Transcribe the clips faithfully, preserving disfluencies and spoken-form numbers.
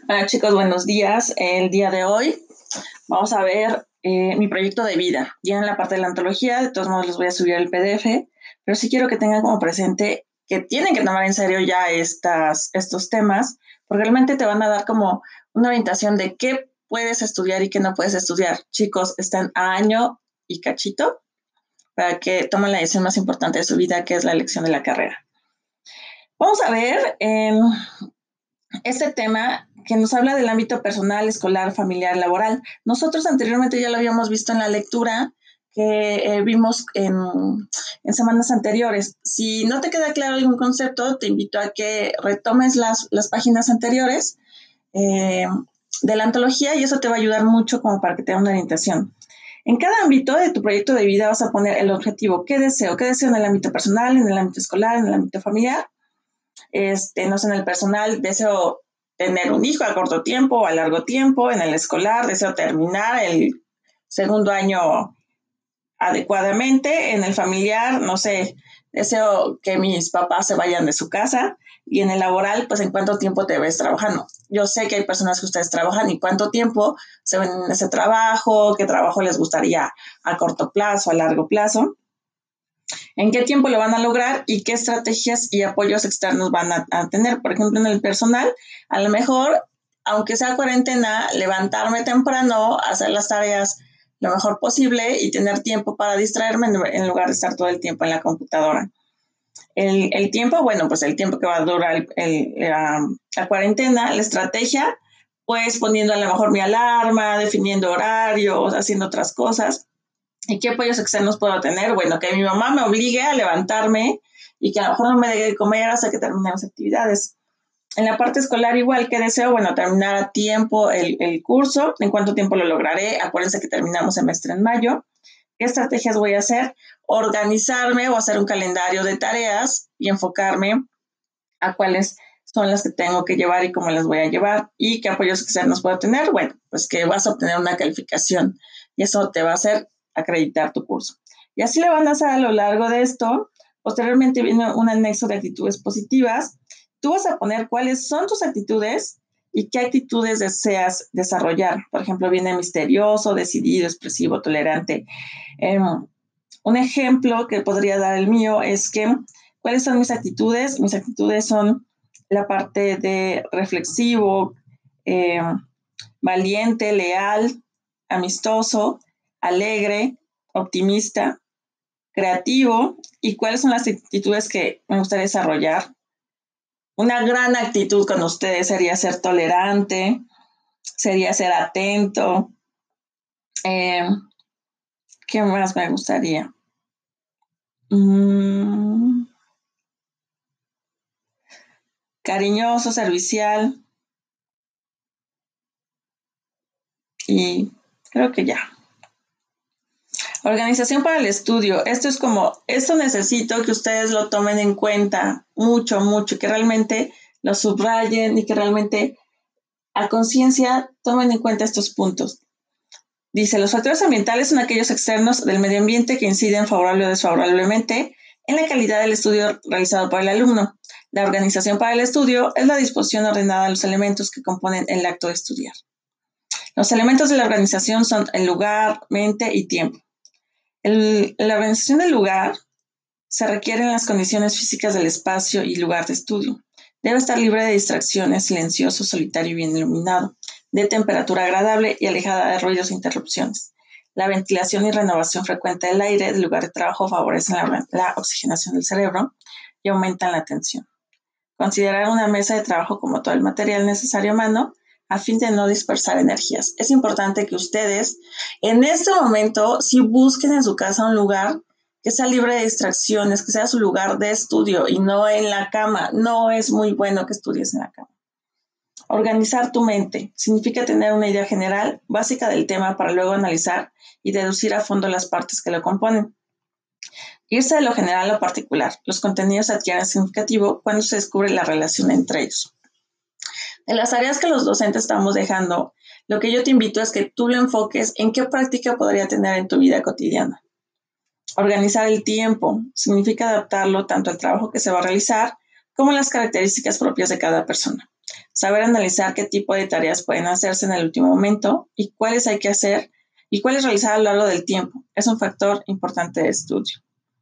Hola chicos, buenos días. El día de hoy vamos a ver eh, mi proyecto de vida. Ya en la parte de la antología, de todos modos les voy a subir el P D F, pero sí quiero que tengan como presente que tienen que tomar en serio ya estas, estos temas, porque realmente te van a dar como una orientación de qué puedes estudiar y qué no puedes estudiar. Chicos, están a año y cachito para que tomen la decisión más importante de su vida, que es la elección de la carrera. Vamos a ver eh, este tema que nos habla del ámbito personal, escolar, familiar, laboral. Nosotros anteriormente ya lo habíamos visto en la lectura que eh, vimos en, en semanas anteriores. Si no te queda claro algún concepto, te invito a que retomes las, las páginas anteriores eh, de la antología y eso te va a ayudar mucho como para que te dé una orientación. En cada ámbito de tu proyecto de vida vas a poner el objetivo, qué deseo, qué deseo en el ámbito personal, en el ámbito escolar, en el ámbito familiar. Este, no sé, en el personal deseo tener un hijo a corto tiempo o a largo tiempo, en el escolar deseo terminar el segundo año adecuadamente, en el familiar, no sé, deseo que mis papás se vayan de su casa y en el laboral, pues en cuánto tiempo te ves trabajando. Yo sé que hay personas que ustedes trabajan y cuánto tiempo se ven en ese trabajo, qué trabajo les gustaría a corto plazo, a largo plazo, en qué tiempo lo van a lograr y qué estrategias y apoyos externos van a, a tener. Por ejemplo, en el personal, a lo mejor, aunque sea cuarentena, levantarme temprano, hacer las tareas lo mejor posible y tener tiempo para distraerme en, en lugar de estar todo el tiempo en la computadora. El, el tiempo, bueno, pues el tiempo que va a durar el, el, la, la cuarentena, la estrategia, pues poniendo a lo mejor mi alarma, definiendo horarios, haciendo otras cosas. ¿Y qué apoyos externos puedo tener? Bueno, que mi mamá me obligue a levantarme y que a lo mejor no me deje de comer hasta que termine las actividades. En la parte escolar igual, que deseo? Bueno, terminar a tiempo el, el curso. ¿En cuánto tiempo lo lograré? Acuérdense que terminamos semestre en mayo. ¿Qué estrategias voy a hacer? Organizarme o hacer un calendario de tareas y enfocarme a cuáles son las que tengo que llevar y cómo las voy a llevar. ¿Y qué apoyos externos puedo tener? Bueno, pues que vas a obtener una calificación y eso te va a hacer acreditar tu curso. Y así le van a hacer a lo largo de esto. Posteriormente viene un anexo de actitudes positivas. Tú vas a poner cuáles son tus actitudes y qué actitudes deseas desarrollar. Por ejemplo, viene misterioso, decidido, expresivo, tolerante. Eh, un ejemplo que podría dar el mío es que, ¿cuáles son mis actitudes? Mis actitudes son la parte de reflexivo, eh, valiente, leal, amistoso, alegre, optimista, creativo. ¿Y cuáles son las actitudes que me gustaría desarrollar? Una gran actitud con ustedes sería ser tolerante, sería ser atento. Eh, ¿Qué más me gustaría? Mm, cariñoso, servicial y creo que ya. Organización para el estudio. Esto es como, esto necesito que ustedes lo tomen en cuenta mucho, mucho, que realmente lo subrayen y que realmente a conciencia tomen en cuenta estos puntos. Dice, los factores ambientales son aquellos externos del medio ambiente que inciden favorable o desfavorablemente en la calidad del estudio realizado por el alumno. La organización para el estudio es la disposición ordenada de los elementos que componen el acto de estudiar. Los elementos de la organización son el lugar, mente y tiempo. El, la organización del lugar se requieren las condiciones físicas del espacio y lugar de estudio. Debe estar libre de distracciones, silencioso, solitario y bien iluminado, de temperatura agradable y alejada de ruidos e interrupciones. La ventilación y renovación frecuente del aire del lugar de trabajo favorecen la, la oxigenación del cerebro y aumentan la atención. Considerar una mesa de trabajo como todo el material necesario a mano a fin de no dispersar energías. Es importante que ustedes en este momento sí busquen en su casa un lugar que sea libre de distracciones, que sea su lugar de estudio y no en la cama. No es muy bueno que estudies en la cama. Organizar tu mente significa tener una idea general, básica del tema para luego analizar y deducir a fondo las partes que lo componen. Irse de lo general a lo particular. Los contenidos adquieren significativo cuando se descubre la relación entre ellos. De las tareas que los docentes estamos dejando, lo que yo te invito es que tú lo enfoques en qué práctica podría tener en tu vida cotidiana. Organizar el tiempo significa adaptarlo tanto al trabajo que se va a realizar como a las características propias de cada persona. Saber analizar qué tipo de tareas pueden hacerse en el último momento y cuáles hay que hacer y cuáles realizar a lo largo del tiempo es un factor importante de estudio.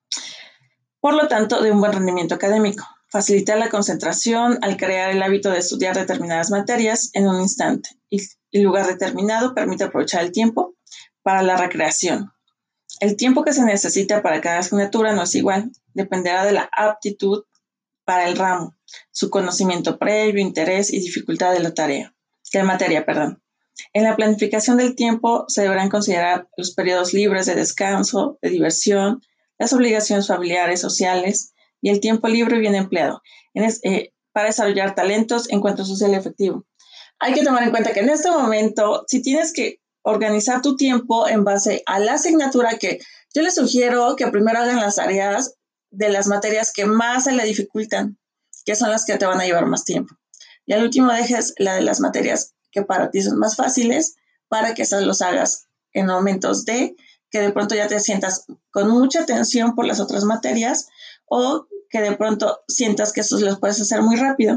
Por lo tanto, de un buen rendimiento académico. Facilitar la concentración al crear el hábito de estudiar determinadas materias en un instante y el lugar determinado permite aprovechar el tiempo para la recreación. El tiempo que se necesita para cada asignatura no es igual, dependerá de la aptitud para el ramo, su conocimiento previo, interés y dificultad de la tarea, de la materia, perdón. En la planificación del tiempo se deberán considerar los periodos libres de descanso, de diversión, las obligaciones familiares, sociales y el tiempo libre bien empleado en es, eh, para desarrollar talentos, encuentro social y efectivo. Hay que tomar en cuenta que en este momento, si tienes que organizar tu tiempo en base a la asignatura, que yo les sugiero que primero hagan las tareas de las materias que más se le dificultan, que son las que te van a llevar más tiempo. Y al último dejes la de las materias que para ti son más fáciles, para que esas los hagas en momentos de que de pronto ya te sientas con mucha tensión por las otras materias o que de pronto sientas que esos los puedes hacer muy rápido.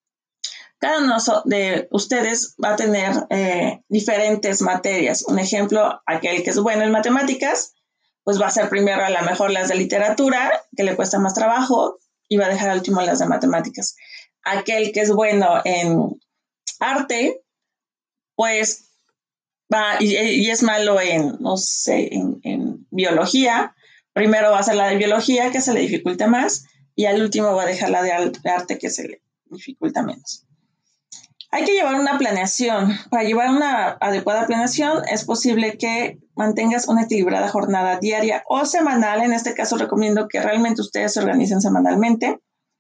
Cada uno de ustedes va a tener eh, diferentes materias. Un ejemplo, aquel que es bueno en matemáticas, pues va a hacer primero a lo mejor las de literatura, que le cuesta más trabajo, y va a dejar al último las de matemáticas. Aquel que es bueno en arte, pues va y, y es malo en, no sé, en, en biología. Primero va a hacer la de biología, que se le dificulta más, y al último va a dejar la de arte, que se le dificulta menos. Hay que llevar una planeación. Para llevar una adecuada planeación es posible que mantengas una equilibrada jornada diaria o semanal. En este caso recomiendo que realmente ustedes se organicen semanalmente.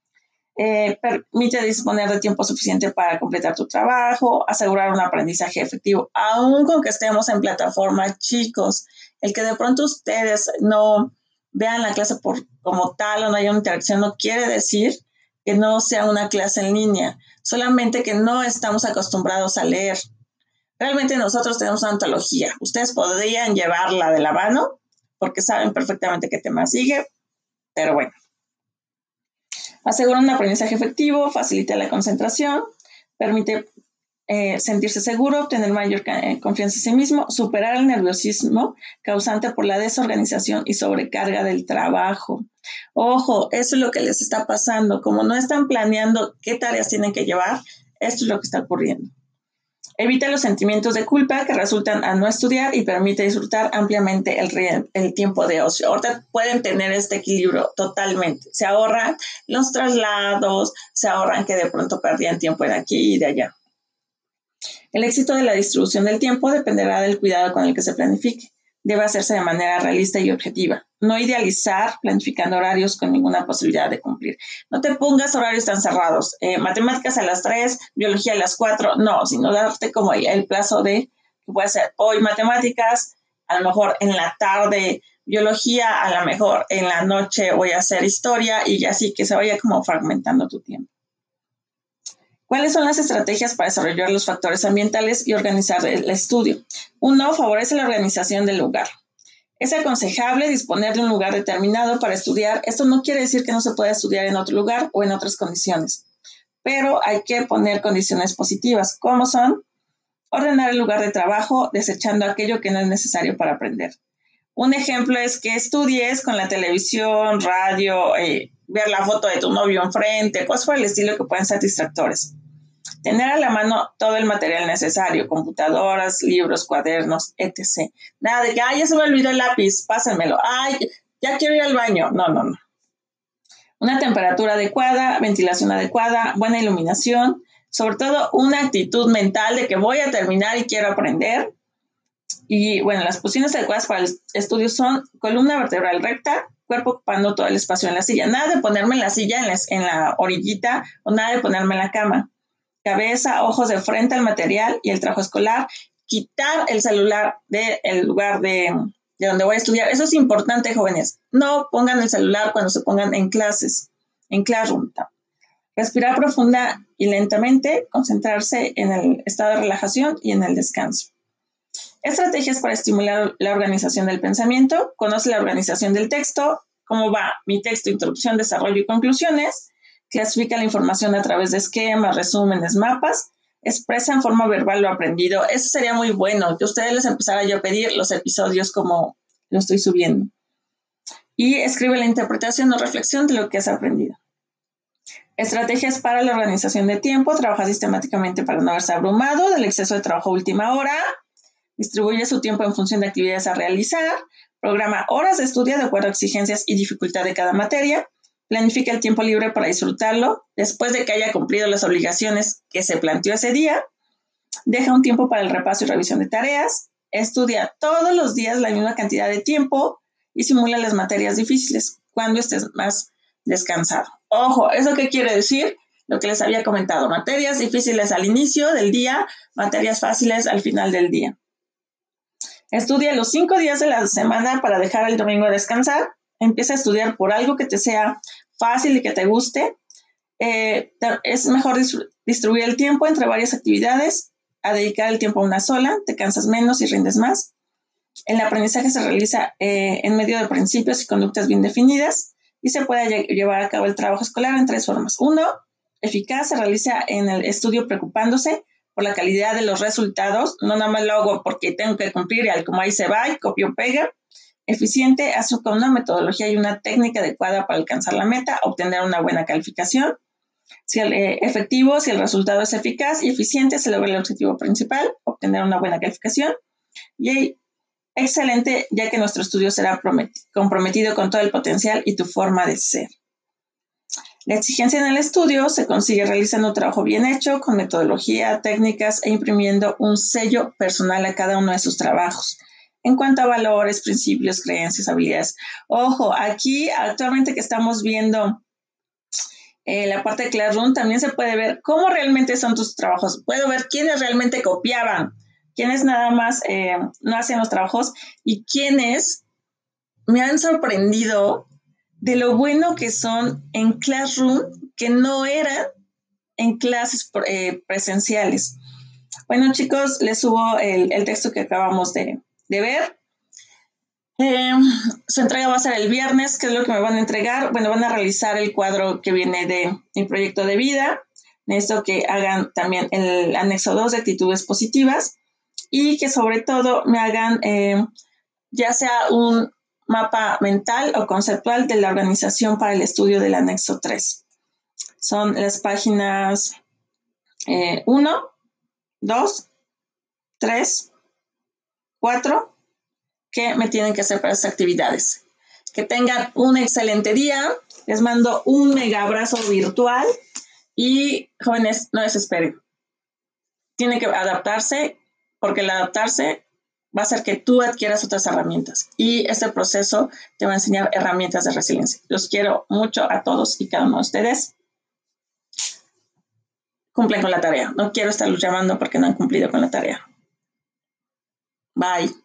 Eh, permite disponer de tiempo suficiente para completar tu trabajo, asegurar un aprendizaje efectivo, aun con que estemos en plataforma, chicos. El que de pronto ustedes no vean la clase por, como tal o no haya una interacción no quiere decir que no sea una clase en línea, solamente que no estamos acostumbrados a leer. Realmente nosotros tenemos una antología. Ustedes podrían llevarla de la mano porque saben perfectamente qué tema sigue, pero bueno. Asegura un aprendizaje efectivo, facilita la concentración, permite eh, sentirse seguro, obtener mayor eh, confianza en sí mismo, superar el nerviosismo causante por la desorganización y sobrecarga del trabajo. Ojo, eso es lo que les está pasando. Como no están planeando qué tareas tienen que llevar, esto es lo que está ocurriendo. Evita los sentimientos de culpa que resultan a no estudiar y permite disfrutar ampliamente el, el tiempo de ocio. Ahorita pueden tener este equilibrio totalmente. Se ahorran los traslados, se ahorran que de pronto perdían tiempo de aquí y de allá. El éxito de la distribución del tiempo dependerá del cuidado con el que se planifique. Debe hacerse de manera realista y objetiva. No idealizar planificando horarios con ninguna posibilidad de cumplir. No te pongas horarios tan cerrados. Eh, matemáticas a las tres, biología a las cuatro. No, sino darte como el plazo de que puede ser hoy matemáticas, a lo mejor en la tarde biología, a lo mejor en la noche voy a hacer historia y así que se vaya como fragmentando tu tiempo. ¿Cuáles son las estrategias para desarrollar los factores ambientales y organizar el estudio? Uno, favorece la organización del lugar. Es aconsejable disponer de un lugar determinado para estudiar. Esto no quiere decir que no se pueda estudiar en otro lugar o en otras condiciones, pero hay que poner condiciones positivas, como son ordenar el lugar de trabajo, desechando aquello que no es necesario para aprender. Un ejemplo es que estudies con la televisión, radio, eh, ver la foto de tu novio enfrente, cosas por el estilo que pueden ser distractores. Tener a la mano todo el material necesario, computadoras, libros, cuadernos, etcétera. Nada de que, ay, ya se me olvidó el lápiz, pásenmelo. Ay, ya quiero ir al baño. No, no, no. Una temperatura adecuada, ventilación adecuada, buena iluminación, sobre todo una actitud mental de que voy a terminar y quiero aprender. Y bueno, las posiciones adecuadas para el estudio son columna vertebral recta, cuerpo ocupando todo el espacio en la silla. Nada de ponerme en la silla, en la, en la orillita, o nada de ponerme en la cama. Cabeza, ojos de frente al material y el trabajo escolar. Quitar el celular del lugar de, de donde voy a estudiar. Eso es importante, jóvenes. No pongan el celular cuando se pongan en clases, en classroom. Respirar profunda y lentamente, concentrarse en el estado de relajación y en el descanso. Estrategias para estimular la organización del pensamiento. Conoce la organización del texto, cómo va mi texto, introducción, desarrollo y conclusiones. clasifica la información a través de esquemas, resúmenes, mapas, expresa en forma verbal lo aprendido. Eso sería muy bueno, que ustedes les empezara yo a pedir los episodios como lo estoy subiendo. Y escribe la interpretación o reflexión de lo que has aprendido. Estrategias para la organización de tiempo. Trabaja sistemáticamente para no verse abrumado del exceso de trabajo a última hora. Distribuye su tiempo en función de actividades a realizar. Programa horas de estudio de acuerdo a exigencias y dificultad de cada materia. Planifica el tiempo libre para disfrutarlo después de que haya cumplido las obligaciones que se planteó ese día. Deja un tiempo para el repaso y revisión de tareas. Estudia todos los días la misma cantidad de tiempo y simula las materias difíciles cuando estés más descansado. Ojo, ¿eso qué quiere decir? Lo que les había comentado, materias difíciles al inicio del día, materias fáciles al final del día. Estudia los cinco días de la semana para dejar el domingo a descansar. Empieza a estudiar por algo que te sea fácil y que te guste. Eh, es mejor distribuir el tiempo entre varias actividades, a dedicar el tiempo a una sola, te cansas menos y rindes más. El aprendizaje se realiza eh, en medio de principios y conductas bien definidas y se puede llevar a cabo el trabajo escolar en tres formas. Uno, eficaz, se realiza en el estudio preocupándose por la calidad de los resultados, no nada más lo hago porque tengo que cumplir y como ahí se va y copio pega. Eficiente, hace con una metodología y una técnica adecuada para alcanzar la meta, obtener una buena calificación. Si el, eh, efectivo, si el resultado es eficaz y eficiente, se logra el objetivo principal, obtener una buena calificación. Y excelente, ya que nuestro estudio será comprometido con todo el potencial y tu forma de ser. La exigencia en el estudio se consigue realizando un trabajo bien hecho, con metodología, técnicas e imprimiendo un sello personal a cada uno de sus trabajos. En cuanto a valores, principios, creencias, habilidades. Ojo, aquí actualmente que estamos viendo eh, la parte de Classroom, también se puede ver cómo realmente son tus trabajos. Puedo ver quiénes realmente copiaban, quiénes nada más eh, no hacían los trabajos y quiénes me han sorprendido de lo bueno que son en Classroom, que no eran en clases eh, presenciales. Bueno, chicos, les subo el, el texto que acabamos de, de ver. Eh, su entrega va a ser el viernes. ¿Qué es lo que me van a entregar? Bueno, van a realizar el cuadro que viene de mi proyecto de vida. Necesito que hagan también el anexo dos de actitudes positivas y que sobre todo me hagan eh, ya sea un mapa mental o conceptual de la organización para el estudio del anexo tres. Son las páginas eh, uno, dos, tres, cuatro que me tienen que hacer para esas actividades. Que tengan un excelente día. Les mando un mega abrazo virtual y jóvenes, no desesperen. Tienen que adaptarse porque el adaptarse va a hacer que tú adquieras otras herramientas y este proceso te va a enseñar herramientas de resiliencia. Los quiero mucho a todos y cada uno de ustedes. Cumplen con la tarea. No quiero estarlos llamando porque no han cumplido con la tarea. Bye.